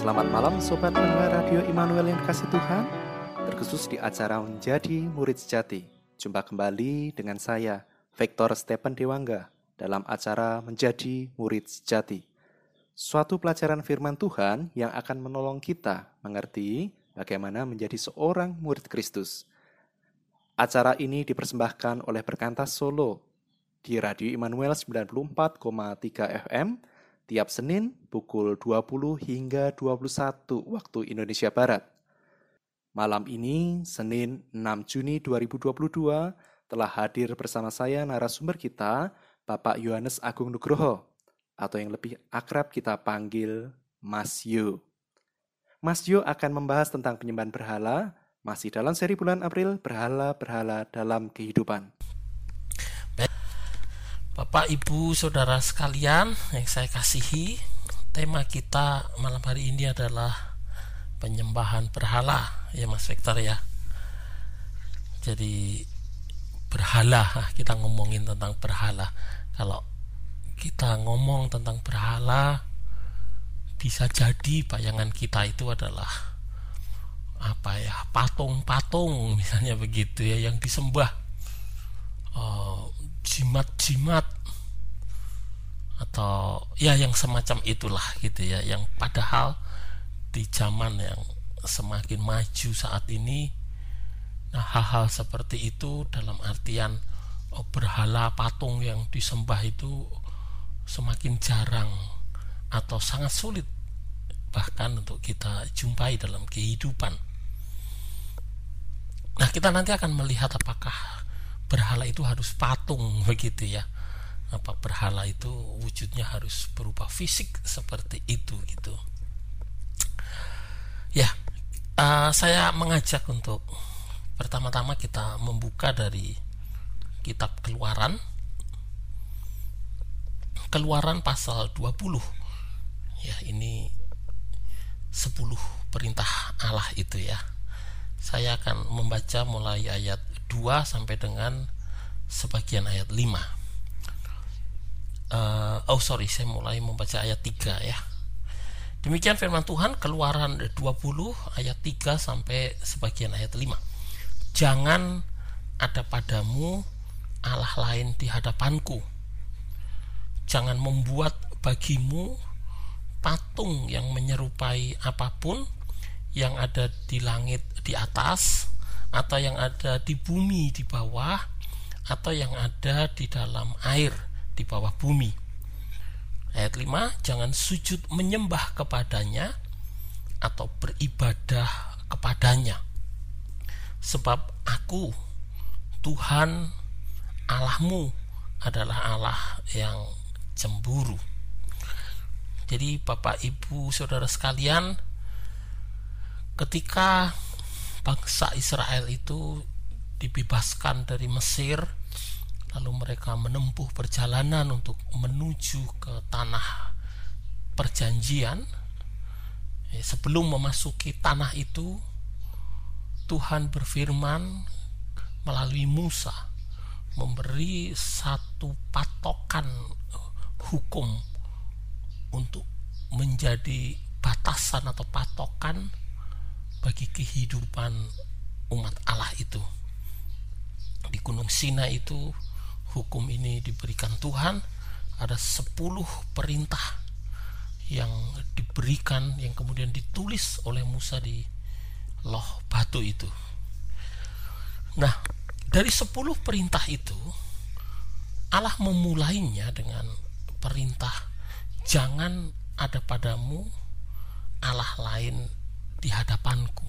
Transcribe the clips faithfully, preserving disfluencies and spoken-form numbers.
Selamat malam Sobat pendengar Radio Immanuel yang dikasih Tuhan, terkhusus di acara Menjadi Murid Sejati. Jumpa kembali dengan saya, Victor Stephen Dewangga, dalam acara Menjadi Murid Sejati. Suatu pelajaran firman Tuhan yang akan menolong kita mengerti bagaimana menjadi seorang murid Kristus. Acara ini dipersembahkan oleh Perkantas Solo di Radio Immanuel sembilan puluh empat koma tiga F M tiap Senin pukul dua puluh hingga dua puluh satu waktu Indonesia Barat. Malam ini, Senin enam Juni dua ribu dua puluh dua, telah hadir bersama saya narasumber kita, Bapak Yohanes Agung Nugroho, atau yang lebih akrab kita panggil Mas Yo. Mas Yo akan membahas tentang penyembahan berhala, masih dalam seri bulan April, berhala-berhala dalam kehidupan. Bapak, Ibu, Saudara sekalian yang saya kasihi, tema kita malam hari ini adalah penyembahan berhala, ya Mas Victor ya. Jadi berhala, kita ngomongin tentang berhala. Kalau kita ngomong tentang berhala, bisa jadi bayangan kita itu adalah apa ya, patung-patung misalnya begitu ya, yang disembah. Uh, jimat-jimat atau ya yang semacam itulah gitu ya, yang padahal di zaman yang semakin maju saat ini, nah hal-hal seperti itu dalam artian oh, berhala patung yang disembah itu semakin jarang atau sangat sulit bahkan untuk kita jumpai dalam kehidupan. Nah, kita nanti akan melihat apakah berhala itu harus patung begitu ya, apa berhala itu wujudnya harus berupa fisik seperti itu gitu ya. Uh, saya mengajak untuk pertama-tama kita membuka dari kitab Keluaran Keluaran pasal dua puluh ya. Ini sepuluh perintah Allah itu ya. Saya akan membaca mulai ayat dua sampai dengan sebagian ayat lima. Uh, oh sorry, saya mulai membaca ayat tiga ya. Demikian firman Tuhan, Keluaran dua puluh ayat tiga sampai sebagian ayat lima. Jangan ada padamu Allah lain di hadapanku. Jangan membuat bagimu patung yang menyerupai apapun yang ada di langit di atas, atau yang ada di bumi di bawah, atau yang ada di dalam air di bawah bumi. Ayat lima, jangan sujud menyembah kepadanya atau beribadah kepadanya, sebab aku Tuhan Allahmu adalah Allah yang cemburu. Jadi Bapak, Ibu, Saudara sekalian, ketika bangsa Israel itu dibebaskan dari Mesir, lalu mereka menempuh perjalanan untuk menuju ke tanah perjanjian. Sebelum memasuki tanah itu, Tuhan berfirman melalui Musa, memberi satu patokan hukum untuk menjadi batasan atau patokan bagi kehidupan umat Allah itu. Di Gunung Sinai itu hukum ini diberikan Tuhan. Ada sepuluh perintah yang diberikan, yang kemudian ditulis oleh Musa di loh batu itu. Nah, dari sepuluh perintah itu, Allah memulainya dengan perintah, jangan ada padamu Allah lain di hadapanku.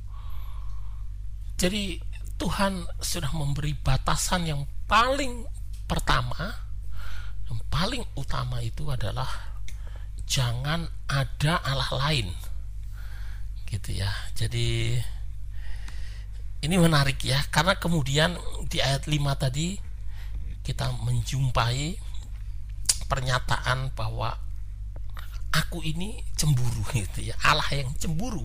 Jadi Tuhan sudah memberi batasan yang paling pertama, yang paling utama itu adalah jangan ada Allah lain, gitu ya. Jadi ini menarik ya, karena kemudian di ayat lima tadi kita menjumpai pernyataan bahwa aku ini cemburu, gitu ya, Allah yang cemburu.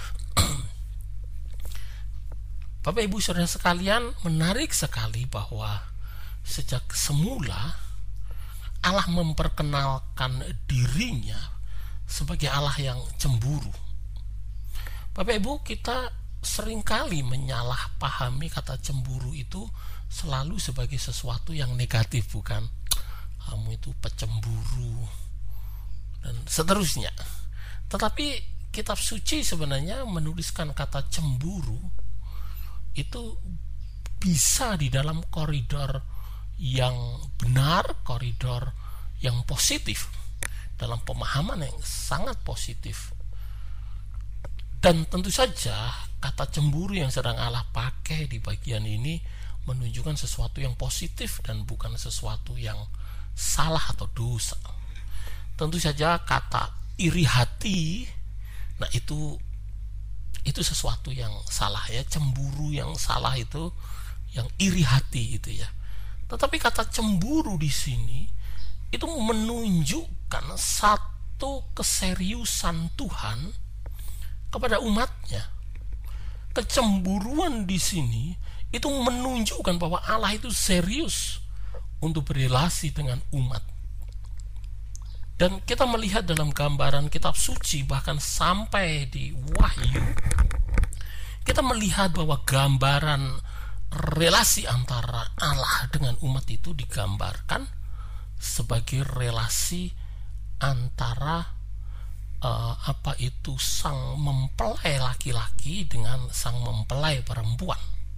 Bapak, Ibu, Saudara sekalian, menarik sekali bahwa sejak semula Allah memperkenalkan dirinya sebagai Allah yang cemburu. Bapak Ibu, kita seringkali menyalahpahami kata cemburu itu selalu sebagai sesuatu yang negatif, bukan? Kamu itu pecemburu dan seterusnya. Tetapi kitab suci sebenarnya menuliskan kata cemburu itu bisa di dalam koridor yang benar, koridor yang positif, dalam pemahaman yang sangat positif. Dan tentu saja kata cemburu yang sedang Allah pakai di bagian ini menunjukkan sesuatu yang positif dan bukan sesuatu yang salah atau dosa. Tentu saja kata iri hati, nah itu itu sesuatu yang salah ya. Cemburu yang salah itu yang iri hati itu ya. Tetapi kata cemburu di sini itu menunjukkan satu keseriusan Tuhan kepada umatnya. Kecemburuan di sini itu menunjukkan bahwa Allah itu serius untuk berrelasi dengan umat. Dan kita melihat dalam gambaran kitab suci, bahkan sampai di Wahyu, kita melihat bahwa gambaran relasi antara Allah dengan umat itu digambarkan sebagai relasi antara Uh, apa itu sang mempelai laki-laki dengan sang mempelai perempuan.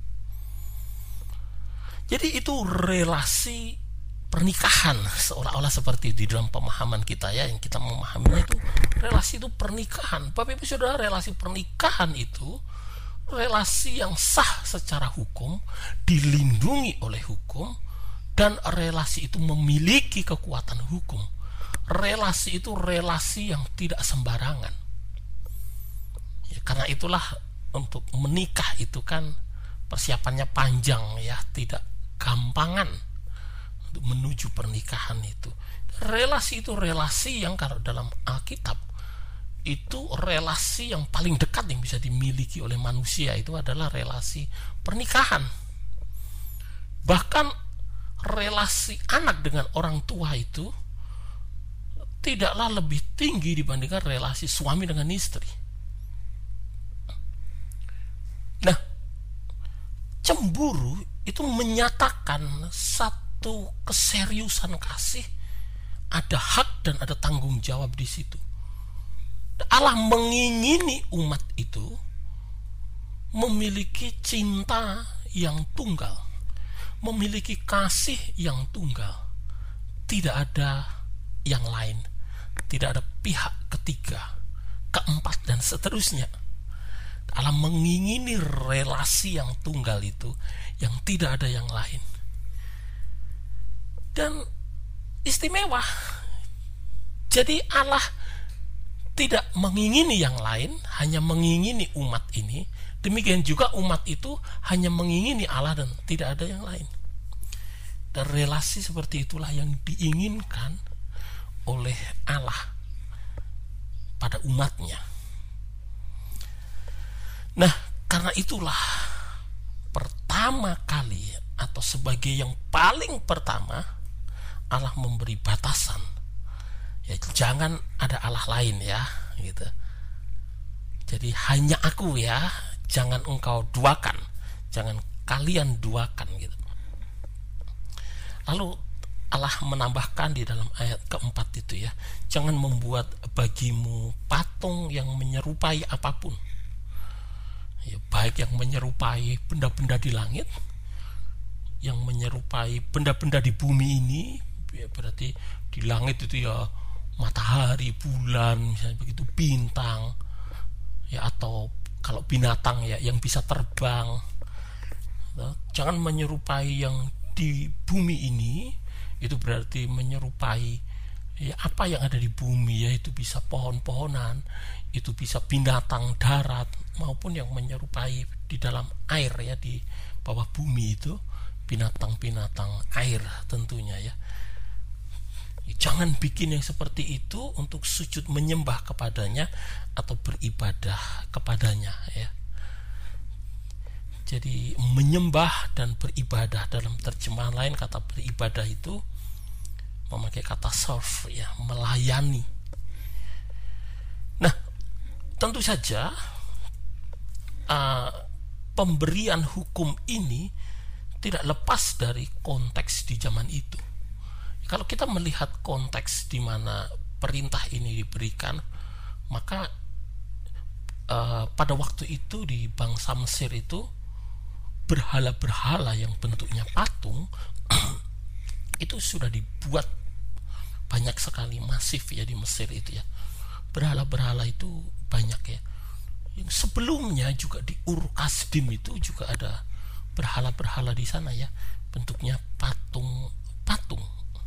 Jadi itu relasi pernikahan, seolah-olah seperti di dalam pemahaman kita ya, yang kita memahaminya itu relasi itu pernikahan. Bapak Ibu Saudara, relasi pernikahan itu relasi yang sah secara hukum, dilindungi oleh hukum, dan relasi itu memiliki kekuatan hukum. Relasi itu relasi yang tidak sembarangan ya, karena itulah untuk menikah itu kan persiapannya panjang ya, tidak gampangan untuk menuju pernikahan itu. Relasi itu relasi yang kalau dalam Alkitab itu relasi yang paling dekat yang bisa dimiliki oleh manusia itu adalah relasi pernikahan. Bahkan relasi anak dengan orang tua itu tidaklah lebih tinggi dibandingkan relasi suami dengan istri. Nah, cemburu itu menyatakan satu keseriusan kasih, ada hak dan ada tanggung jawab di situ. Allah mengingini umat itu memiliki cinta yang tunggal, memiliki kasih yang tunggal, tidak ada yang lain. Tidak ada pihak ketiga, keempat, dan seterusnya. Allah mengingini relasi yang tunggal itu, yang tidak ada yang lain. Dan istimewa. Jadi Allah tidak mengingini yang lain, hanya mengingini umat ini. Demikian juga umat itu hanya mengingini Allah dan tidak ada yang lain. Dan relasi seperti itulah yang diinginkan oleh Allah pada umatnya. Nah, karena itulah pertama kali atau sebagai yang paling pertama Allah memberi batasan. Ya, jangan ada Allah lain ya, gitu. Jadi hanya aku ya, jangan engkau duakan, jangan kalian duakan gitu. Lalu Allah menambahkan di dalam ayat keempat itu ya, jangan membuat bagimu patung yang menyerupai apapun ya, baik yang menyerupai benda-benda di langit, yang menyerupai benda-benda di bumi ini ya, berarti di langit itu ya matahari, bulan, misalnya begitu, bintang ya, atau kalau binatang ya yang bisa terbang ya, jangan menyerupai yang di bumi ini. Itu berarti menyerupai ya, apa yang ada di bumi, yaitu bisa pohon-pohonan, itu bisa binatang darat, maupun yang menyerupai di dalam air ya, di bawah bumi itu binatang-binatang air tentunya ya. Jangan bikin yang seperti itu untuk sujud menyembah kepadanya atau beribadah kepadanya ya. Jadi menyembah dan beribadah, dalam terjemahan lain kata beribadah itu memakai kata serve ya, melayani. tentu saja uh, pemberian hukum ini tidak lepas dari konteks di zaman itu. Kalau kita melihat konteks di mana perintah ini diberikan, maka uh, pada waktu itu di bangsa Mesir itu berhala-berhala yang bentuknya patung itu sudah dibuat banyak sekali, masif ya di Mesir itu ya. Berhala-berhala itu banyak ya. Yang sebelumnya juga di Ur Kasdim itu juga ada berhala-berhala di sana ya, bentuknya patung-patung.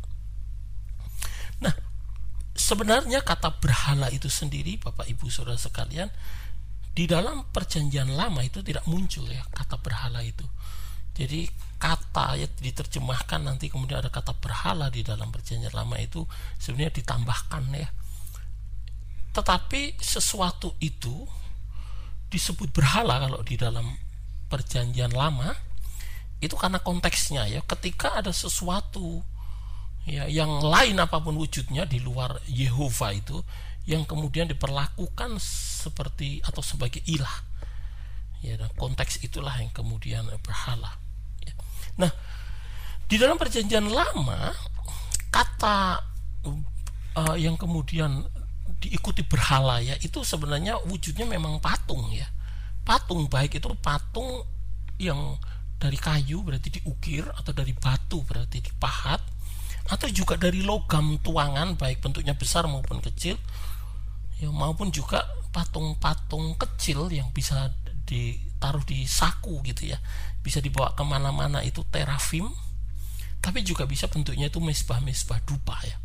Nah, sebenarnya kata berhala itu sendiri, Bapak Ibu Saudara sekalian, di dalam Perjanjian Lama itu tidak muncul ya kata berhala itu. Jadi kata ya diterjemahkan nanti kemudian ada kata berhala di dalam Perjanjian Lama itu sebenarnya ditambahkan ya. Tetapi sesuatu itu disebut berhala kalau di dalam Perjanjian Lama itu karena konteksnya ya, ketika ada sesuatu ya yang lain apapun wujudnya di luar Yehova itu yang kemudian diperlakukan seperti atau sebagai ilah ya, dan konteks itulah yang kemudian berhala ya. Nah, di dalam Perjanjian Lama kata uh, yang kemudian diikuti berhala ya itu sebenarnya wujudnya memang patung ya, patung, baik itu patung yang dari kayu berarti diukir, atau dari batu berarti dipahat, atau juga dari logam tuangan baik bentuknya besar maupun kecil ya, maupun juga patung-patung kecil yang bisa ditaruh di saku gitu ya, bisa dibawa kemana-mana, itu terafim. Tapi juga bisa bentuknya itu mesbah-mesbah dupa ya.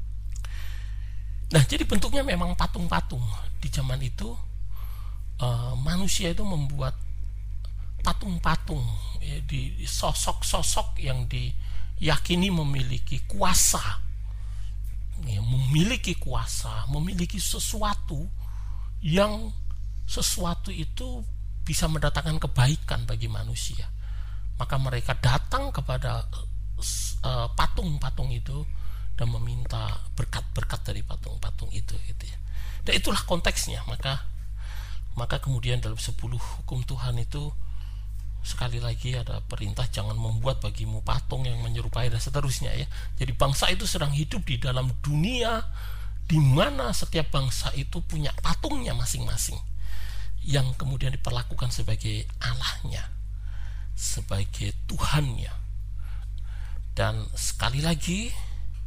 Nah, jadi bentuknya memang patung-patung. Di zaman itu uh, manusia itu membuat patung-patung ya, di sosok-sosok yang diyakini memiliki kuasa ya, memiliki kuasa, memiliki sesuatu yang sesuatu itu bisa mendatangkan kebaikan bagi manusia. Maka mereka datang kepada uh, patung-patung itu dan meminta berkat-berkat dari patung-patung itu gitu ya. Dan itulah konteksnya. Maka maka kemudian dalam sepuluh hukum Tuhan itu sekali lagi ada perintah jangan membuat bagimu patung yang menyerupai dan seterusnya ya. Jadi bangsa itu sedang hidup di dalam dunia di mana setiap bangsa itu punya patungnya masing-masing yang kemudian diperlakukan sebagai Allahnya, sebagai Tuhannya. Dan sekali lagi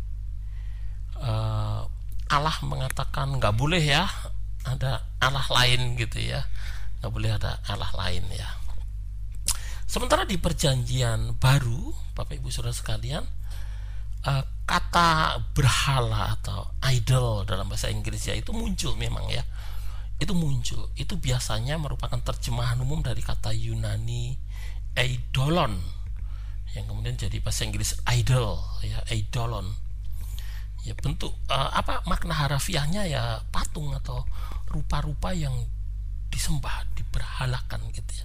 Uh, Allah mengatakan nggak boleh ya ada Allah lain gitu ya, nggak boleh ada Allah lain ya. Sementara di Perjanjian Baru, Bapak Ibu Saudara sekalian, uh, kata berhala atau idol dalam bahasa Inggris ya itu muncul memang ya, itu muncul. Itu biasanya merupakan terjemahan umum dari kata Yunani eidolon yang kemudian jadi bahasa Inggris idol ya, eidolon. Ya bentuk uh, apa makna harafiahnya ya patung atau rupa-rupa yang disembah, diberhalakan gitu ya.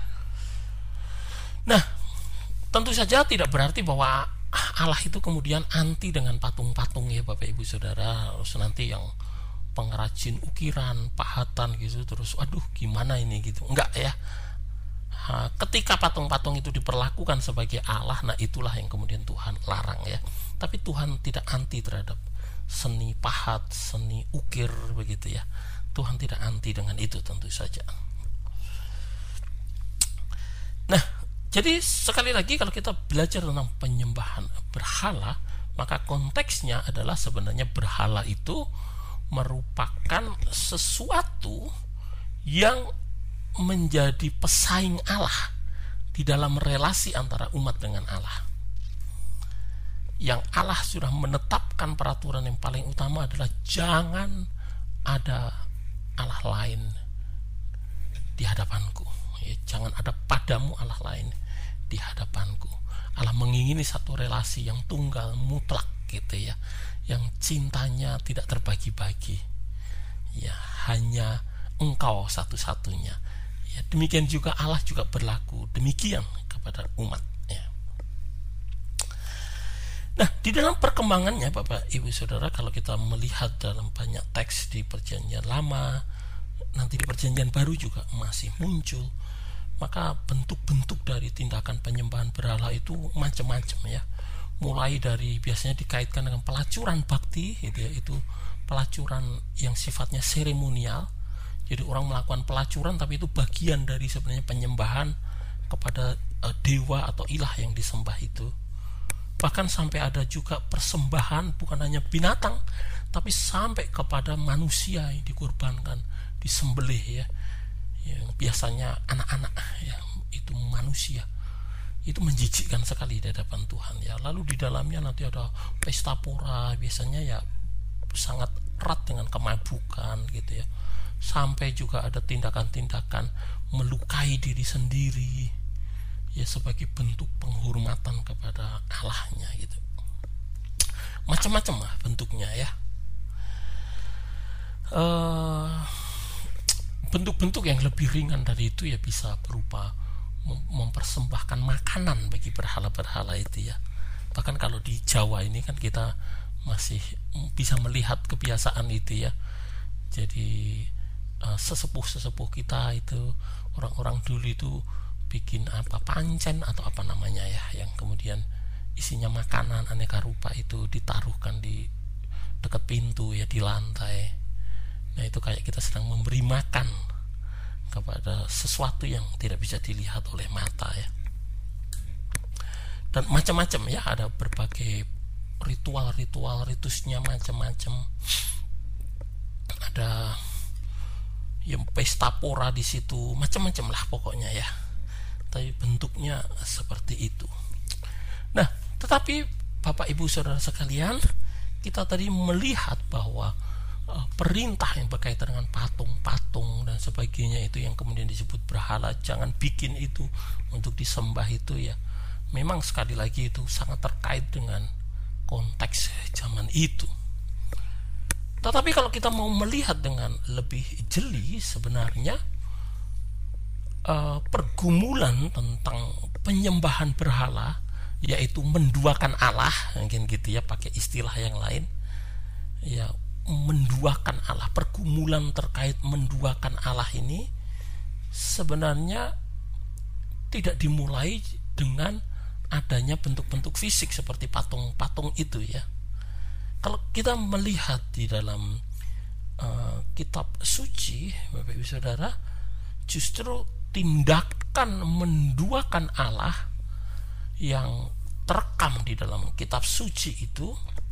Nah, tentu saja tidak berarti bahwa Allah itu kemudian anti dengan patung-patung ya Bapak Ibu Saudara. Terus nanti yang pengrajin ukiran, pahatan gitu terus aduh gimana ini gitu. Enggak ya. Ha, ketika patung-patung itu diperlakukan sebagai Allah, nah itulah yang kemudian Tuhan larang ya. Tapi Tuhan tidak anti terhadap seni pahat, seni ukir begitu ya. Tuhan tidak anti dengan itu tentu saja. Nah, jadi sekali lagi kalau kita belajar tentang penyembahan berhala, maka konteksnya adalah sebenarnya berhala itu merupakan sesuatu yang menjadi pesaing Allah di dalam relasi antara umat dengan Allah. Yang Allah sudah menetapkan peraturan yang paling utama adalah jangan ada Allah lain di hadapanku ya, jangan ada padamu Allah lain di hadapanku. Allah mengingini satu relasi yang tunggal mutlak gitu ya, yang cintanya tidak terbagi-bagi ya, hanya engkau satu-satunya ya. Demikian juga Allah juga berlaku demikian kepada umat. Nah, di dalam perkembangannya Bapak Ibu Saudara, kalau kita melihat dalam banyak teks di Perjanjian Lama, nanti di perjanjian baru juga masih muncul. Maka bentuk-bentuk dari tindakan penyembahan berhala itu macam-macam ya. Mulai dari biasanya dikaitkan dengan pelacuran bakti gitu ya, itu pelacuran yang sifatnya seremonial. Jadi orang melakukan pelacuran tapi itu bagian dari sebenarnya penyembahan kepada uh, dewa atau ilah yang disembah itu. Bahkan sampai ada juga persembahan bukan hanya binatang tapi sampai kepada manusia yang dikorbankan, disembelih ya. Yang biasanya anak-anak ya, itu manusia. Itu menjijikkan sekali di hadapan Tuhan ya. Lalu di dalamnya nanti ada pesta pora, biasanya ya sangat erat dengan kemabukan gitu ya. Sampai juga ada tindakan-tindakan melukai diri sendiri ya, sebagai bentuk penghormatan kepada Allahnya gitu. Macam-macam lah bentuknya ya. Uh, bentuk-bentuk yang lebih ringan dari itu ya bisa berupa mempersembahkan makanan bagi berhala-berhala itu ya. Bahkan kalau di Jawa ini kan kita masih bisa melihat kebiasaan itu ya. Jadi uh, sesepuh-sesepuh kita itu, orang-orang dulu itu bikin apa, pancen atau apa namanya ya, yang kemudian isinya makanan aneka rupa itu ditaruhkan di dekat pintu ya, di lantai. Nah itu kayak kita sedang memberi makan kepada sesuatu yang tidak bisa dilihat oleh mata ya. Dan macam-macam ya, ada berbagai ritual-ritual, ritusnya macam-macam. Ada yang pesta pora di situ, macam-macam lah pokoknya ya. Tapi bentuknya seperti itu. Nah, tetapi Bapak Ibu Saudara sekalian, kita tadi melihat bahwa perintah yang berkaitan dengan patung-patung dan sebagainya itu yang kemudian disebut berhala, jangan bikin itu untuk disembah itu ya, memang sekali lagi itu sangat terkait dengan konteks zaman itu. Tetapi kalau kita mau melihat dengan lebih jeli, sebenarnya uh, pergumulan tentang penyembahan berhala, yaitu menduakan Allah, mungkin gitu ya pakai istilah yang lain ya, menduakan Allah, pergumulan terkait menduakan Allah ini sebenarnya tidak dimulai dengan adanya bentuk-bentuk fisik seperti patung-patung itu ya. Kalau kita melihat di dalam uh, kitab suci Bapak Ibu Saudara, justru tindakan menduakan Allah yang terekam di dalam kitab suci itu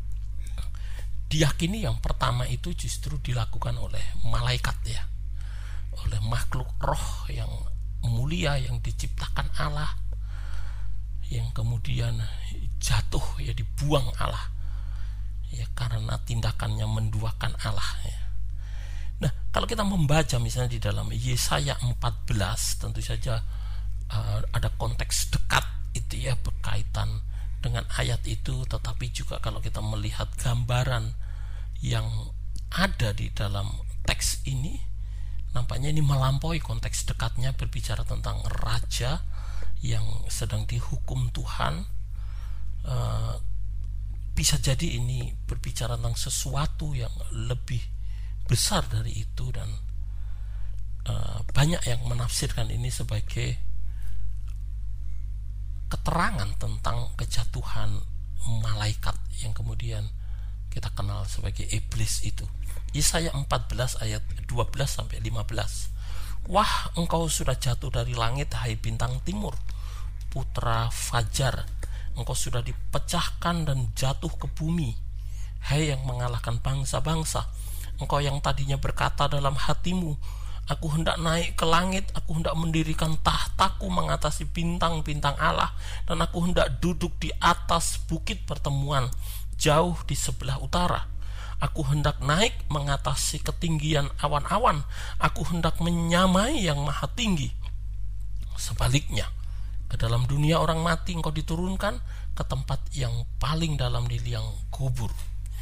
diyakini yang pertama itu justru dilakukan oleh malaikat ya, oleh makhluk roh yang mulia yang diciptakan Allah, yang kemudian jatuh ya, dibuang Allah ya karena tindakannya menduakan Allah ya. Nah, kalau kita membaca misalnya di dalam Yesaya empat belas, tentu saja uh, ada konteks dekat itu ya berkaitan dengan ayat itu, tetapi juga kalau kita melihat gambaran yang ada di dalam teks ini, nampaknya ini melampaui konteks dekatnya, berbicara tentang raja yang sedang dihukum Tuhan. Uh, bisa jadi ini berbicara tentang sesuatu yang lebih besar dari itu, dan uh, banyak yang menafsirkan ini sebagai keterangan tentang kejatuhan malaikat yang kemudian kita kenal sebagai iblis itu. Yesaya empat belas ayat dua belas sampai lima belas. Wah, engkau sudah jatuh dari langit, hai bintang timur, putra fajar. Engkau sudah dipecahkan dan jatuh ke bumi, hai yang mengalahkan bangsa-bangsa. Engkau yang tadinya berkata dalam hatimu, aku hendak naik ke langit, aku hendak mendirikan tahtaku mengatasi bintang-bintang Allah, dan aku hendak duduk di atas bukit pertemuan, jauh di sebelah utara. Aku hendak naik mengatasi ketinggian awan-awan, aku hendak menyamai yang maha tinggi. Sebaliknya, ke dalam dunia orang mati engkau diturunkan, ke tempat yang paling dalam di liang kubur.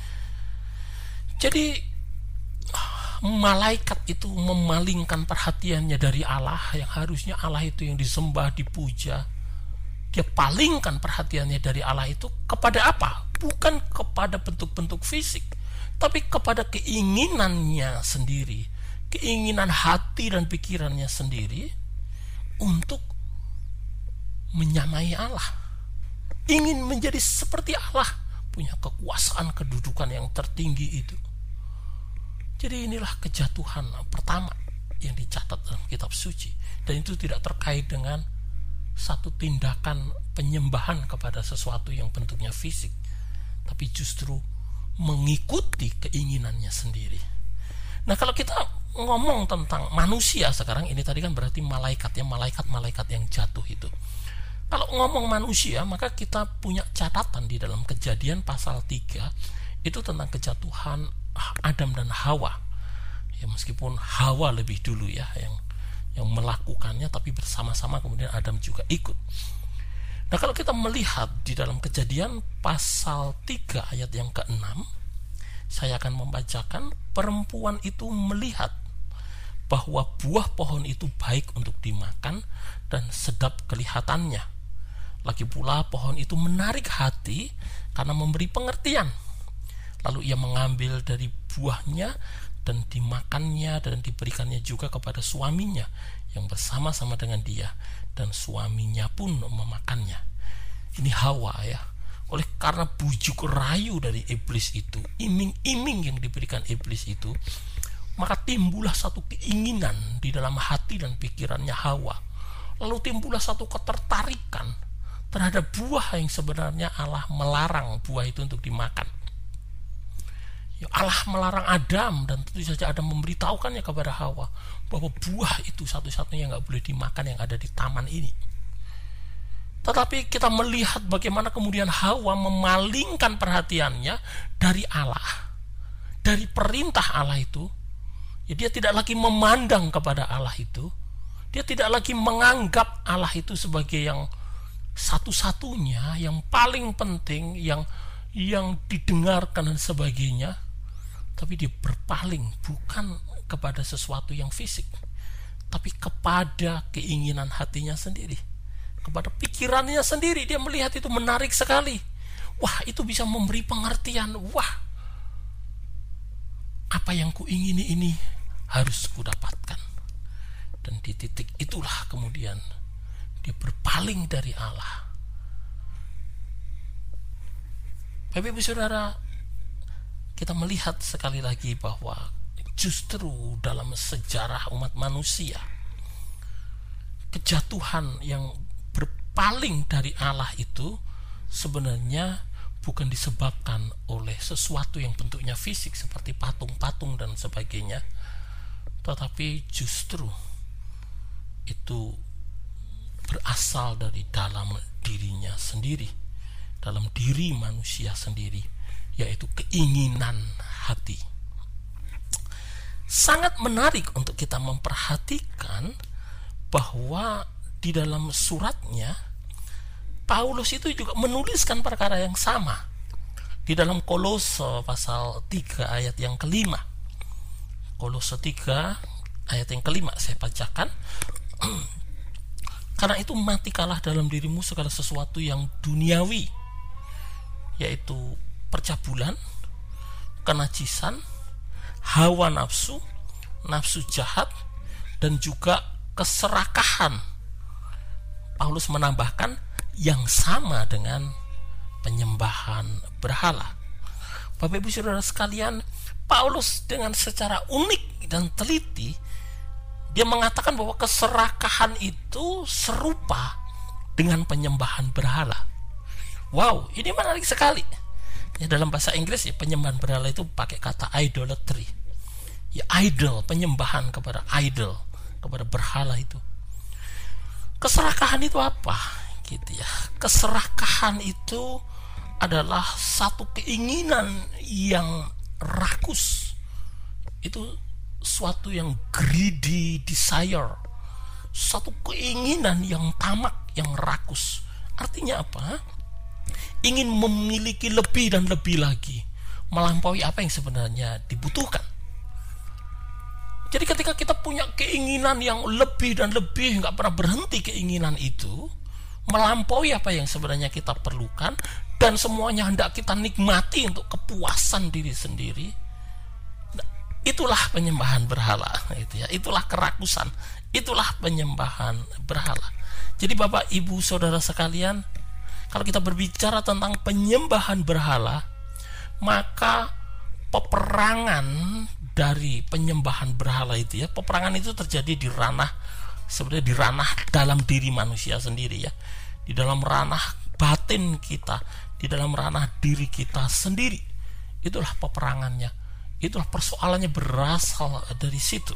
Jadi malaikat itu memalingkan perhatiannya dari Allah, yang harusnya Allah itu yang disembah, dipuja. Dia palingkan perhatiannya dari Allah itu kepada apa? Bukan kepada bentuk-bentuk fisik, tapi kepada keinginannya sendiri. keinginan hati dan pikirannya sendiri untuk menyamai Allah, ingin menjadi seperti Allah, punya kekuasaan kedudukan yang tertinggi itu. Jadi inilah kejatuhan pertama yang dicatat dalam kitab suci, dan itu tidak terkait dengan satu tindakan penyembahan kepada sesuatu yang bentuknya fisik, tapi justru mengikuti keinginannya sendiri. Nah, kalau kita ngomong tentang manusia sekarang ini, tadi kan berarti malaikatnya, malaikat-malaikat yang jatuh itu. Kalau ngomong manusia, maka kita punya catatan di dalam Kejadian pasal tiga itu tentang kejatuhan Adam dan Hawa. Ya, meskipun Hawa lebih dulu ya yang yang melakukannya, tapi bersama-sama kemudian Adam juga ikut. Nah, kalau kita melihat di dalam Kejadian pasal tiga ayat yang keenam, saya akan membacakan. Perempuan itu melihat bahwa buah pohon itu baik untuk dimakan dan sedap kelihatannya. Lagi pula pohon itu menarik hati karena memberi pengertian. Lalu ia mengambil dari buahnya dan dimakannya dan diberikannya juga kepada suaminya yang bersama-sama dengan dia, dan suaminya pun memakannya. Ini Hawa ya. Oleh karena bujuk rayu dari iblis itu, iming-iming yang diberikan iblis itu, maka timbullah satu keinginan di dalam hati dan pikirannya Hawa. Lalu timbullah satu ketertarikan terhadap buah yang sebenarnya Allah melarang buah itu untuk dimakan. Allah melarang Adam, dan tentu saja Adam memberitahukannya kepada Hawa bahwa buah itu satu-satunya yang gak boleh dimakan yang ada di taman ini. Tetapi kita melihat bagaimana kemudian Hawa memalingkan perhatiannya dari Allah, dari perintah Allah itu. Ya, dia tidak lagi memandang kepada Allah itu. Dia tidak lagi menganggap Allah itu sebagai yang satu-satunya, yang paling penting, yang yang didengarkan dan sebagainya. Tapi dia berpaling bukan kepada sesuatu yang fisik, tapi kepada keinginan hatinya sendiri, kepada pikirannya sendiri. Dia melihat itu menarik sekali. Wah, itu bisa memberi pengertian. Wah, apa yang kuingini ini harus kudapatkan. Dan di titik itulah kemudian dia berpaling dari Allah. Bapak Ibu Saudara, kita melihat sekali lagi bahwa justru dalam sejarah umat manusia, kejatuhan yang berpaling dari Allah itu sebenarnya bukan disebabkan oleh sesuatu yang bentuknya fisik seperti patung-patung dan sebagainya, tetapi justru itu berasal dari dalam dirinya sendiri, dalam diri manusia sendiri, yaitu keinginan hati. Sangat menarik untuk kita memperhatikan bahwa di dalam suratnya Paulus itu juga menuliskan perkara yang sama di dalam Kolose pasal tiga ayat yang kelima. Kolose tiga ayat yang kelima saya bacakan. Karena itu matikanlah dalam dirimu segala sesuatu yang duniawi, yaitu percabulan, kenajisan, hawa nafsu, nafsu jahat, dan juga keserakahan. Paulus menambahkan yang sama dengan penyembahan berhala. Bapak Ibu Saudara sekalian, Paulus dengan secara unik dan teliti dia mengatakan bahwa keserakahan itu serupa dengan penyembahan berhala. Wow, ini menarik sekali. Ya, dalam bahasa Inggris ya, penyembahan berhala itu pakai kata idolatry. Ya, idol, penyembahan kepada idol, kepada berhala itu. Keserakahan itu apa? Gitu ya. Keserakahan itu adalah satu keinginan yang rakus. Itu suatu yang greedy desire, satu keinginan yang tamak, yang rakus. Artinya apa? Ingin memiliki lebih dan lebih lagi, melampaui apa yang sebenarnya dibutuhkan. Jadi ketika kita punya keinginan yang lebih dan lebih, nggak pernah berhenti keinginan itu, melampaui apa yang sebenarnya kita perlukan, dan semuanya hendak kita nikmati untuk kepuasan diri sendiri, itulah penyembahan berhala, gitu ya. Itulah kerakusan, itulah penyembahan berhala. Jadi Bapak Ibu Saudara sekalian, kalau kita berbicara tentang penyembahan berhala, maka peperangan dari penyembahan berhala itu ya, peperangan itu terjadi di ranah, sebenarnya di ranah dalam diri manusia sendiri ya, di dalam ranah batin kita, di dalam ranah diri kita sendiri. Itulah peperangannya, itulah persoalannya berasal dari situ.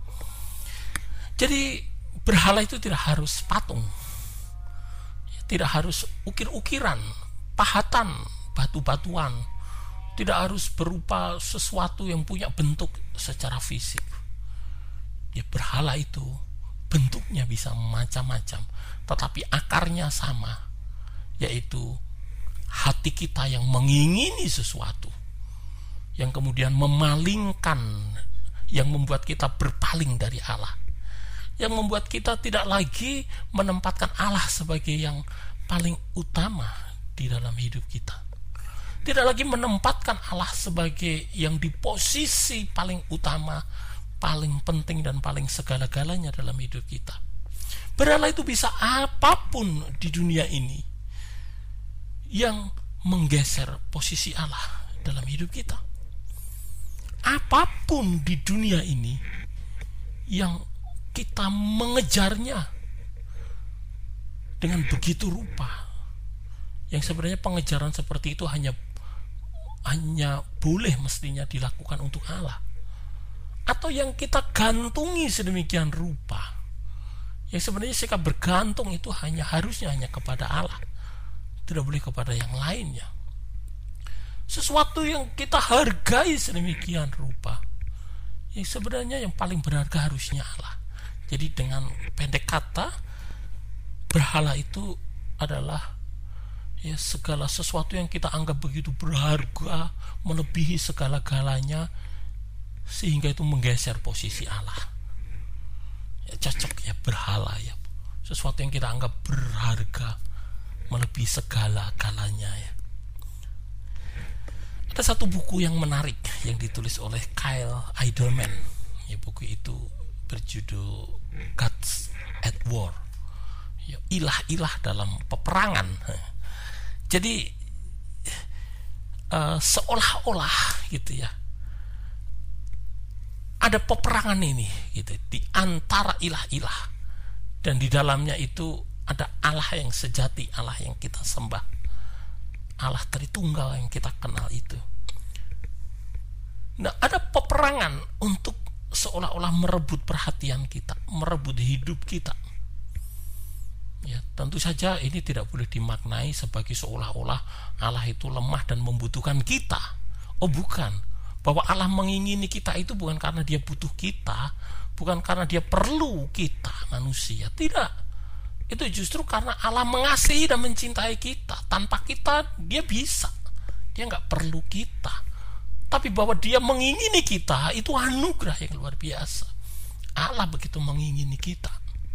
Jadi berhala itu tidak harus patung, tidak harus ukir-ukiran, pahatan, batu-batuan, tidak harus berupa sesuatu yang punya bentuk secara fisik. Ya, berhala itu bentuknya bisa macam-macam, tetapi akarnya sama, yaitu hati kita yang mengingini sesuatu, yang kemudian memalingkan, yang membuat kita berpaling dari Allah, yang membuat kita tidak lagi menempatkan Allah sebagai yang paling utama di dalam hidup kita, tidak lagi menempatkan Allah sebagai yang di posisi paling utama, paling penting dan paling segala-galanya dalam hidup kita. Berhala itu bisa apapun di dunia ini yang menggeser posisi Allah dalam hidup kita. Apapun di dunia ini yang kita mengejarnya dengan begitu rupa, yang sebenarnya pengejaran seperti itu hanya hanya boleh mestinya dilakukan untuk Allah, atau yang kita gantungi sedemikian rupa, yang sebenarnya sikap bergantung itu hanya harusnya hanya kepada Allah, tidak boleh kepada yang lainnya. Sesuatu yang kita hargai sedemikian rupa, yang sebenarnya yang paling berharga harusnya Allah. Jadi dengan pendek kata, berhala itu adalah ya segala sesuatu yang kita anggap begitu berharga, melebihi segala-galanya, sehingga itu menggeser posisi Allah. Ya, cocok ya, berhala ya, sesuatu yang kita anggap berharga, melebihi segala-galanya ya. Ada satu buku yang menarik yang ditulis oleh Kyle Idleman. Ya, buku itu berjudul Gods at War. Ya, ilah-ilah dalam peperangan. Jadi uh, seolah-olah gitu ya, ada peperangan ini gitu di antara ilah-ilah, dan di dalamnya itu ada Allah yang sejati, Allah yang kita sembah, Allah Tritunggal yang kita kenal itu. Nah, ada peperangan untuk seolah-olah merebut perhatian kita, merebut hidup kita. Ya, tentu saja ini tidak boleh dimaknai sebagai seolah-olah Allah itu lemah dan membutuhkan kita. Oh, bukan. Bahwa Allah mengingini kita itu bukan karena dia butuh kita, bukan karena dia perlu kita manusia. Tidak. Itu justru karena Allah mengasihi dan mencintai kita. Tanpa kita dia bisa, dia nggak perlu kita. Tapi bahwa dia mengingini kita, itu anugerah yang luar biasa. Allah begitu mengingini kita.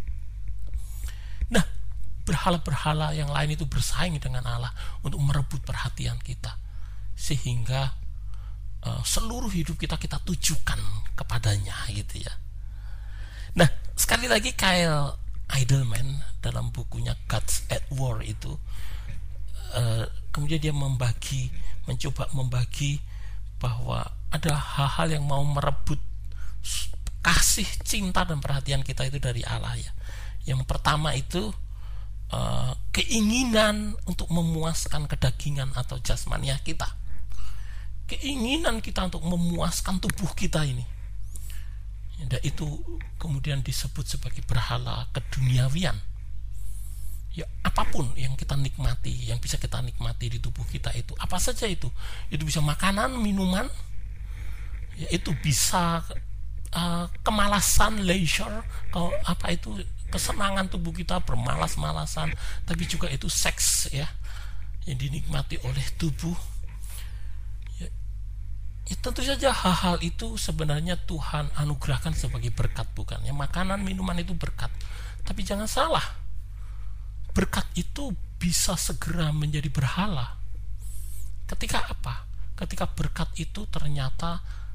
Nah, berhala-berhala yang lain itu bersaing dengan Allah untuk merebut perhatian kita, sehingga uh, seluruh hidup kita kita tujukan kepadanya gitu ya. Nah, sekali lagi Kyle Idleman dalam bukunya Gods at War itu uh, kemudian dia membagi, mencoba membagi bahwa ada hal-hal yang mau merebut kasih, cinta dan perhatian kita itu dari Allah ya. Yang pertama itu uh, keinginan untuk memuaskan kedagingan atau jasmaniah kita, keinginan kita untuk memuaskan tubuh kita ini. Dan itu kemudian disebut sebagai berhala keduniawian. Ya, apapun yang kita nikmati, yang bisa kita nikmati di tubuh kita itu, apa saja itu, itu bisa makanan, minuman, ya, itu bisa uh, kemalasan, leisure, kalau apa itu kesenangan tubuh kita, bermalas-malasan, tapi juga itu seks ya, yang dinikmati oleh tubuh. Ya, ya tentu saja hal-hal itu sebenarnya Tuhan anugerahkan sebagai berkat, bukan? Ya, makanan, minuman itu berkat, tapi jangan salah. Berkat itu bisa segera menjadi berhala. Ketika apa? Ketika berkat itu ternyata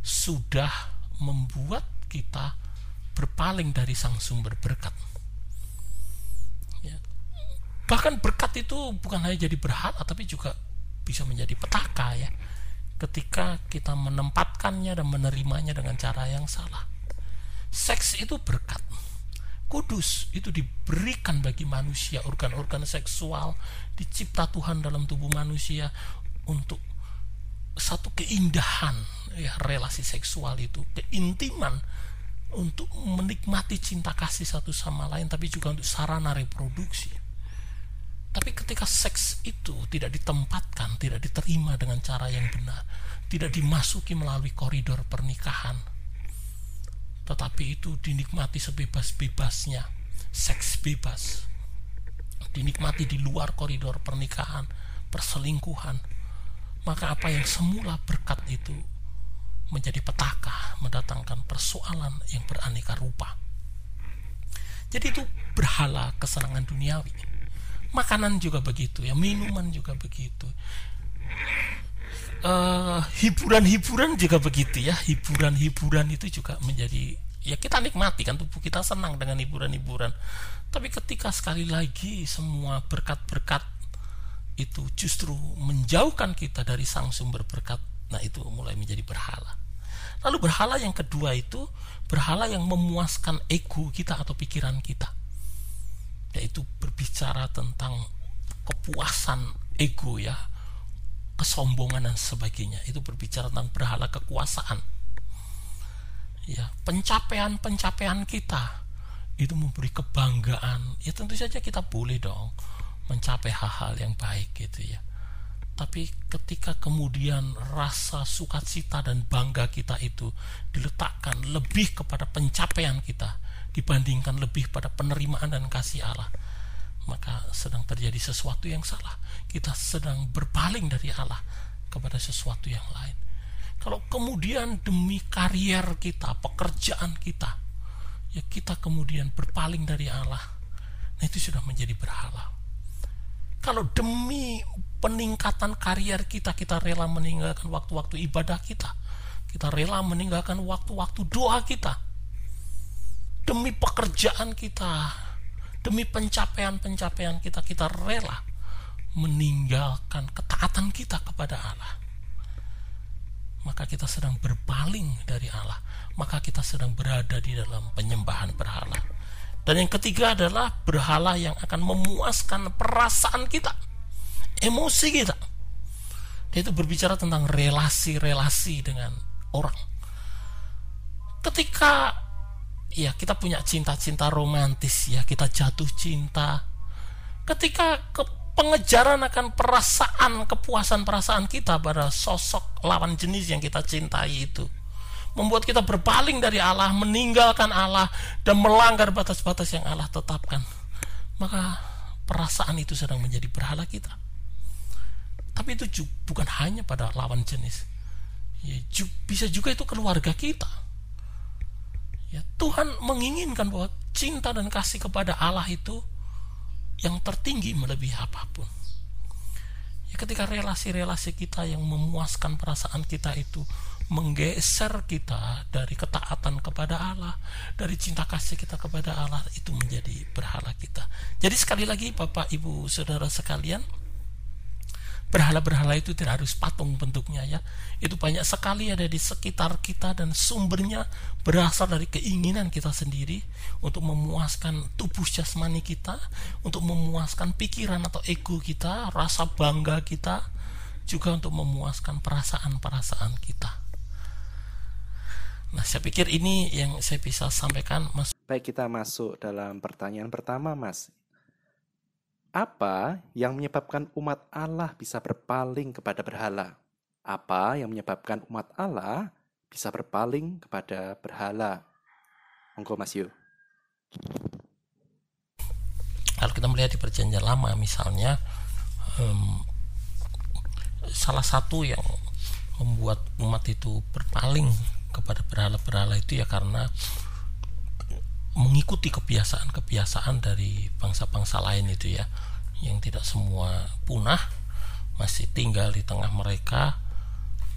sudah membuat kita berpaling dari sang sumber berkat. Ya. Bahkan berkat itu bukan hanya jadi berhala, tapi juga bisa menjadi petaka ya, ketika kita menempatkannya dan menerimanya dengan cara yang salah. Seks itu berkat kudus, itu diberikan bagi manusia. Organ-organ seksual dicipta Tuhan dalam tubuh manusia untuk satu keindahan ya, relasi seksual itu, keintiman, untuk menikmati cinta kasih satu sama lain, tapi juga untuk sarana reproduksi. Tapi ketika seks itu tidak ditempatkan, tidak diterima dengan cara yang benar, tidak dimasuki melalui koridor pernikahan, tetapi itu dinikmati sebebas-bebasnya, seks bebas, dinikmati di luar koridor pernikahan, perselingkuhan, maka apa yang semula berkat itu menjadi petaka, mendatangkan persoalan yang beraneka rupa. Jadi itu berhala kesenangan duniawi. Makanan juga begitu ya, minuman juga begitu. Uh, hiburan-hiburan juga begitu ya, hiburan-hiburan itu juga menjadi, ya kita nikmati kan, tubuh kita senang dengan hiburan-hiburan. Tapi ketika sekali lagi semua berkat-berkat itu justru menjauhkan kita dari sang sumber berkat, nah itu mulai menjadi berhala. Lalu berhala yang kedua itu berhala yang memuaskan ego kita atau pikiran kita, yaitu berbicara tentang kepuasan ego ya, kesombongan dan sebagainya. Itu berbicara tentang berhala kekuasaan ya, pencapaian-pencapaian kita itu memberi kebanggaan. Ya tentu saja kita boleh dong mencapai hal-hal yang baik gitu ya, tapi ketika kemudian rasa sukacita dan bangga kita itu diletakkan lebih kepada pencapaian kita dibandingkan lebih pada penerimaan dan kasih Allah, maka sedang terjadi sesuatu yang salah. Kita sedang berpaling dari Allah kepada sesuatu yang lain. Kalau kemudian demi karier kita, pekerjaan kita, ya kita kemudian berpaling dari Allah, nah itu sudah menjadi berhala. Kalau demi peningkatan karier kita, kita rela meninggalkan waktu-waktu ibadah kita, kita rela meninggalkan waktu-waktu doa kita, demi pekerjaan kita, demi pencapaian-pencapaian kita, kita rela meninggalkan ketaatan kita kepada Allah, maka kita sedang berpaling dari Allah, maka kita sedang berada di dalam penyembahan berhala. Dan yang ketiga adalah berhala yang akan memuaskan perasaan kita, emosi kita. Dia itu berbicara tentang relasi-relasi dengan orang. Ketika ya kita punya cinta-cinta romantis ya, kita jatuh cinta, ketika ke pengejaran akan perasaan, kepuasan perasaan kita pada sosok lawan jenis yang kita cintai itu membuat kita berpaling dari Allah, meninggalkan Allah, dan melanggar batas-batas yang Allah tetapkan, maka perasaan itu sedang menjadi berhala kita. Tapi itu juga, bukan hanya pada lawan jenis ya, ju, bisa juga itu keluarga kita ya. Tuhan menginginkan bahwa cinta dan kasih kepada Allah itu yang tertinggi melebihi apapun ya. Ketika relasi-relasi kita yang memuaskan perasaan kita itu menggeser kita dari ketaatan kepada Allah, dari cinta kasih kita kepada Allah, itu menjadi berhala kita. Jadi sekali lagi Bapak Ibu Saudara sekalian, berhala-berhala itu tidak harus patung bentuknya ya. Itu banyak sekali ada di sekitar kita dan sumbernya berasal dari keinginan kita sendiri untuk memuaskan tubuh jasmani kita, untuk memuaskan pikiran atau ego kita, rasa bangga kita, juga untuk memuaskan perasaan-perasaan kita. Nah, saya pikir ini yang saya bisa sampaikan, Mas. Baik, kita masuk dalam pertanyaan pertama, Mas. Apa yang menyebabkan umat Allah bisa berpaling kepada berhala? Apa yang menyebabkan umat Allah bisa berpaling kepada berhala? Monggo, Mas Yu. Kalau kita melihat di Perjanjian Lama misalnya, um, salah satu yang membuat umat itu berpaling kepada berhala-berhala itu ya karena mengikuti kebiasaan-kebiasaan dari bangsa-bangsa lain itu ya, yang tidak semua punah, masih tinggal di tengah mereka,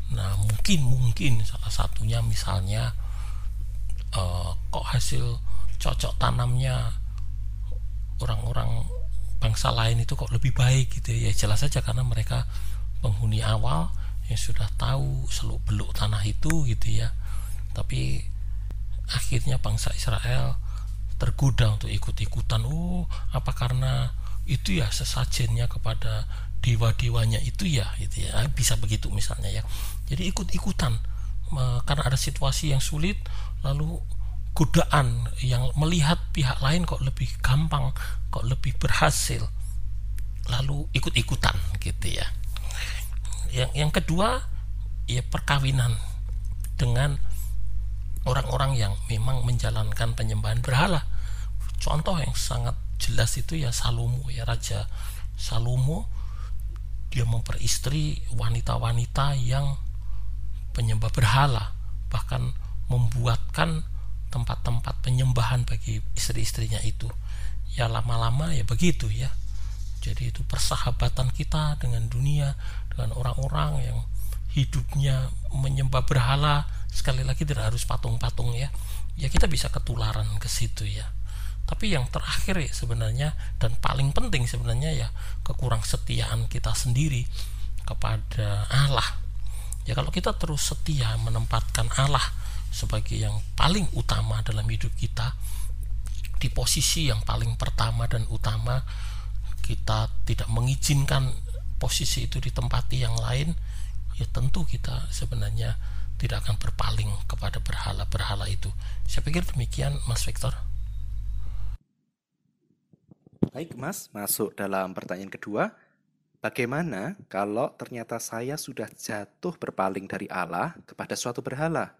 Nah mungkin mungkin salah satunya misalnya uh, kok hasil cocok tanamnya orang-orang bangsa lain itu kok lebih baik gitu ya. Jelas saja karena mereka penghuni awal yang sudah tahu seluk beluk tanah itu gitu ya. Tapi akhirnya bangsa Israel tergoda untuk ikut-ikutan. Oh, apa karena itu ya sesajennya kepada dewa-dewanya itu ya gitu ya. Bisa begitu misalnya ya. Jadi ikut-ikutan karena ada situasi yang sulit, lalu godaan yang melihat pihak lain kok lebih gampang, kok lebih berhasil, lalu ikut-ikutan gitu ya. Yang yang kedua ya perkawinan dengan orang-orang yang memang menjalankan penyembahan berhala. Contoh yang sangat jelas itu ya Salomo ya, Raja Salomo. Dia memperistri wanita-wanita yang penyembah berhala, bahkan membuatkan tempat-tempat penyembahan bagi istri-istrinya itu. Ya lama-lama ya begitu ya. Jadi itu persahabatan kita dengan dunia, dengan orang-orang yang hidupnya menyembah berhala. Sekali lagi tidak harus patung-patung ya. Ya kita bisa ketularan ke situ ya. Tapi yang terakhir ya sebenarnya, dan paling penting sebenarnya ya, kekurang setiaan kita sendiri kepada Allah. Ya kalau kita terus setia menempatkan Allah sebagai yang paling utama dalam hidup kita, di posisi yang paling pertama dan utama, kita tidak mengizinkan posisi itu ditempati yang lain, ya tentu kita sebenarnya tidak akan berpaling kepada berhala-berhala itu. Saya pikir demikian Mas Victor. Baik Mas, masuk dalam pertanyaan kedua. Bagaimana kalau ternyata saya sudah jatuh berpaling dari Allah kepada suatu berhala?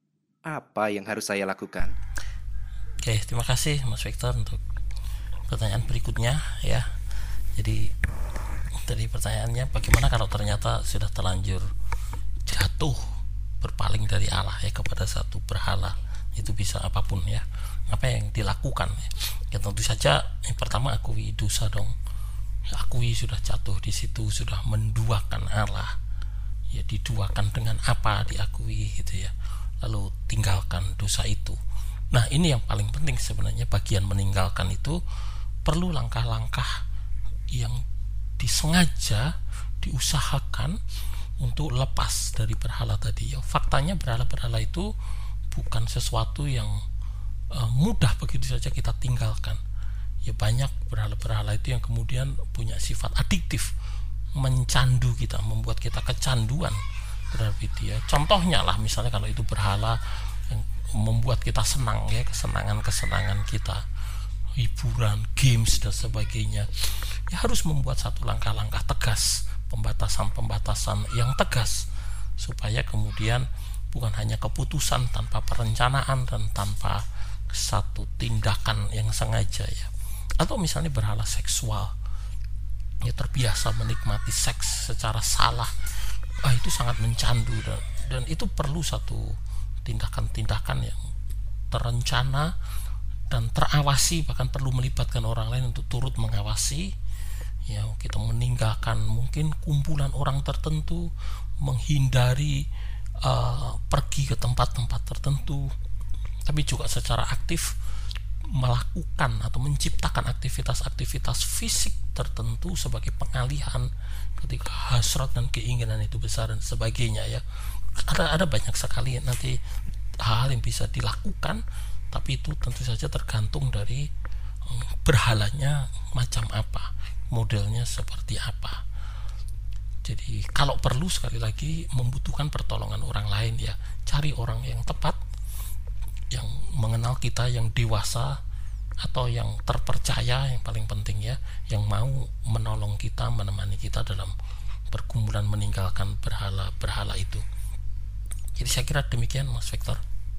Apa yang harus saya lakukan? Oke, terima kasih Mas Victor untuk pertanyaan berikutnya ya. Jadi dari pertanyaannya, bagaimana kalau ternyata sudah terlanjur jatuh berpaling dari Allah ya kepada satu berhala? Itu bisa apapun ya. Apa yang dilakukan ya? Ya tentu saja yang pertama akui dosa dong. Ya, akui sudah jatuh di situ, sudah menduakan Allah. Ya diduakan dengan apa diakui gitu ya. Lalu tinggalkan dosa itu. Nah, ini yang paling penting sebenarnya, bagian meninggalkan itu perlu langkah-langkah yang disengaja diusahakan untuk lepas dari berhala tadi ya. Faktanya berhala-berhala itu bukan sesuatu yang uh, mudah begitu saja kita tinggalkan. Ya banyak berhala-berhala itu yang kemudian punya sifat adiktif, mencandu kita, membuat kita kecanduan terhadap itu ya. Contohnya lah misalnya kalau itu berhala yang membuat kita senang ya, kesenangan-kesenangan kita, hiburan, games dan sebagainya. Ya harus membuat satu langkah-langkah tegas, pembatasan-pembatasan yang tegas, supaya kemudian bukan hanya keputusan tanpa perencanaan dan tanpa satu tindakan yang sengaja ya. Atau misalnya berhala seksual, ya terbiasa menikmati seks secara salah, ah itu sangat mencandu, dan, dan itu perlu satu tindakan-tindakan yang terencana dan terawasi, bahkan perlu melibatkan orang lain untuk turut mengawasi ya. Kita meninggalkan mungkin kumpulan orang tertentu, menghindari uh, pergi ke tempat-tempat tertentu, tapi juga secara aktif melakukan atau menciptakan aktivitas-aktivitas fisik tertentu sebagai pengalihan ketika hasrat dan keinginan itu besar dan sebagainya ya. Ada ada banyak sekali nanti hal-hal yang bisa dilakukan, tapi itu tentu saja tergantung dari um, berhalanya macam apa, modelnya seperti apa. Jadi kalau perlu sekali lagi membutuhkan pertolongan orang lain ya, cari orang yang tepat, yang mengenal kita, yang dewasa atau yang terpercaya, yang paling penting ya, yang mau menolong kita, menemani kita dalam pergumulan meninggalkan berhala-berhala itu. Jadi saya kira demikian Mas Victor.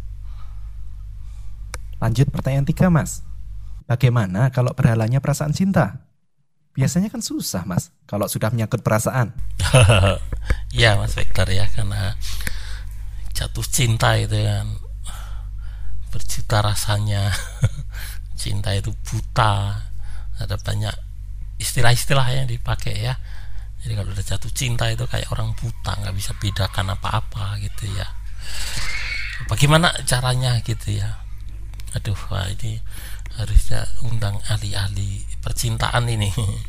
Lanjut pertanyaan tiga Mas. Bagaimana kalau berhalanya perasaan cinta? Biasanya kan susah Mas kalau sudah menyangkut perasaan. Ya Mas Victor ya, karena jatuh cinta itu kan berjuta rasanya. Cinta itu buta. Ada banyak istilah-istilah yang dipakai ya. Jadi kalau udah jatuh cinta itu kayak orang buta, nggak bisa bedakan apa-apa gitu ya. Bagaimana caranya gitu ya? Aduh, wah ini harusnya undang ahli-ahli percintaan ini.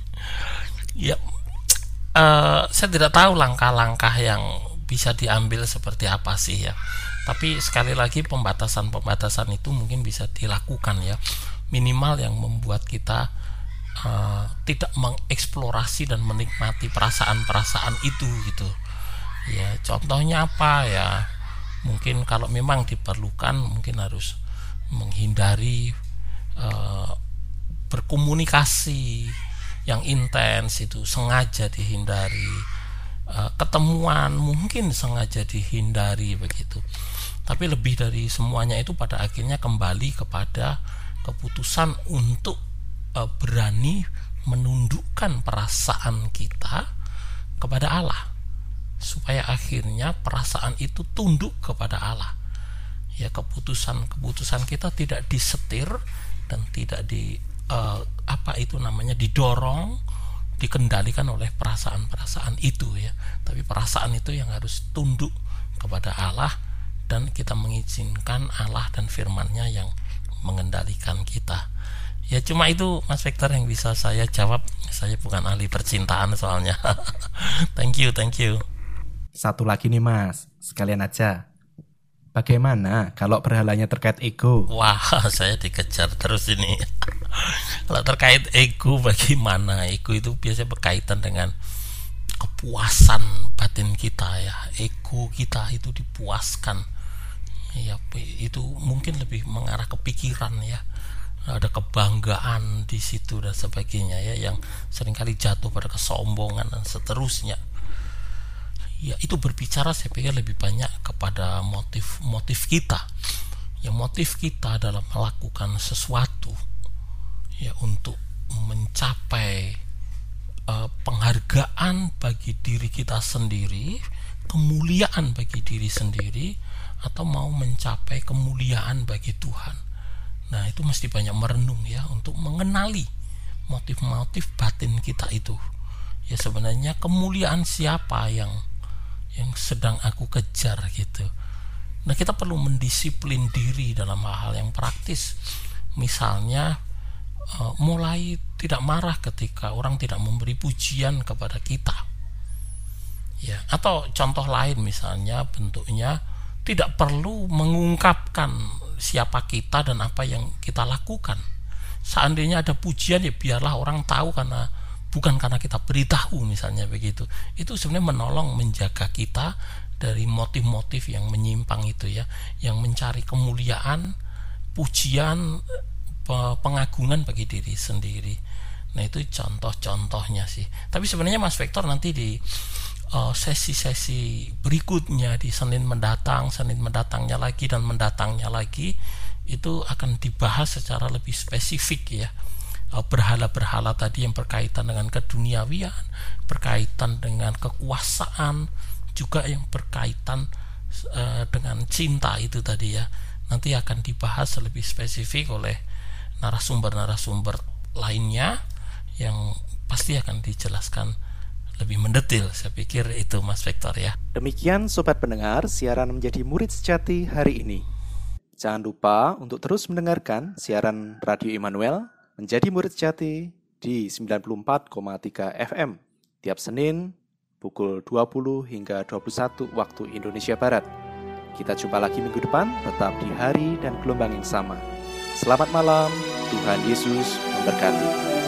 Ya, uh, saya tidak tahu langkah-langkah yang bisa diambil seperti apa sih ya. Tapi sekali lagi pembatasan-pembatasan itu mungkin bisa dilakukan ya. Minimal yang membuat kita uh, tidak mengeksplorasi dan menikmati perasaan-perasaan itu gitu. Ya, contohnya apa ya? Mungkin kalau memang diperlukan mungkin harus menghindari uh, berkomunikasi yang intens, itu sengaja dihindari. Uh, ketemuan mungkin sengaja dihindari begitu. Tapi lebih dari semuanya itu pada akhirnya kembali kepada keputusan untuk uh, berani menundukkan perasaan kita kepada Allah, supaya akhirnya perasaan itu tunduk kepada Allah. Ya, keputusan-keputusan kita tidak disetir dan tidak di uh, apa itu namanya didorong, dikendalikan oleh perasaan-perasaan itu ya. Tapi perasaan itu yang harus tunduk kepada Allah, dan kita mengizinkan Allah dan firman-Nya yang mengendalikan kita. Ya, cuma itu Mas Victor yang bisa saya jawab. Saya bukan ahli percintaan soalnya. Thank you, thank you. Satu lagi nih Mas, sekalian aja. Bagaimana kalau berhalanya terkait ego? Wah, saya dikejar terus ini. Kalau terkait ego bagaimana? Ego itu biasanya berkaitan dengan kepuasan batin kita ya. Ego kita itu dipuaskan. Ya, itu mungkin lebih mengarah ke pikiran ya. Ada kebanggaan di situ dan sebagainya ya, yang seringkali jatuh pada kesombongan dan seterusnya. Ya, itu berbicara saya pikir lebih banyak kepada motif-motif kita. Ya, motif kita dalam melakukan sesuatu ya untuk mencapai uh, penghargaan bagi diri kita sendiri, kemuliaan bagi diri sendiri, atau mau mencapai kemuliaan bagi Tuhan. Nah, itu mesti banyak merenung ya untuk mengenali motif-motif batin kita itu. Ya, sebenarnya kemuliaan siapa yang yang sedang aku kejar gitu. Nah, kita perlu mendisiplin diri dalam hal-hal yang praktis. Misalnya uh, mulai tidak marah ketika orang tidak memberi pujian kepada kita. Ya, atau contoh lain misalnya bentuknya tidak perlu mengungkapkan siapa kita dan apa yang kita lakukan. Seandainya ada pujian ya biarlah orang tahu, karena bukan karena kita beritahu misalnya begitu. Itu sebenarnya menolong menjaga kita dari motif-motif yang menyimpang itu ya, yang mencari kemuliaan, pujian, pengagungan bagi diri sendiri. Nah, itu contoh-contohnya sih. Tapi sebenarnya Mas Victor nanti di uh, sesi-sesi berikutnya, di Senin mendatang, Senin mendatangnya lagi dan mendatangnya lagi, itu akan dibahas secara lebih spesifik ya. Berhala-berhala tadi yang berkaitan dengan keduniawian, berkaitan dengan kekuasaan, juga yang berkaitan uh, dengan cinta itu tadi ya. Nanti akan dibahas lebih spesifik oleh narasumber-narasumber lainnya yang pasti akan dijelaskan lebih mendetil. Saya pikir itu Mas Victor ya. Demikian Sobat Pendengar, siaran Menjadi Murid Sejati hari ini. Jangan lupa untuk terus mendengarkan siaran Radio Immanuel Menjadi Murid Sejati di sembilan puluh empat koma tiga F M tiap Senin pukul dua puluh hingga dua puluh satu waktu Indonesia Barat. Kita jumpa lagi minggu depan, tetap di hari dan gelombang yang sama. Selamat malam, Tuhan Yesus memberkati.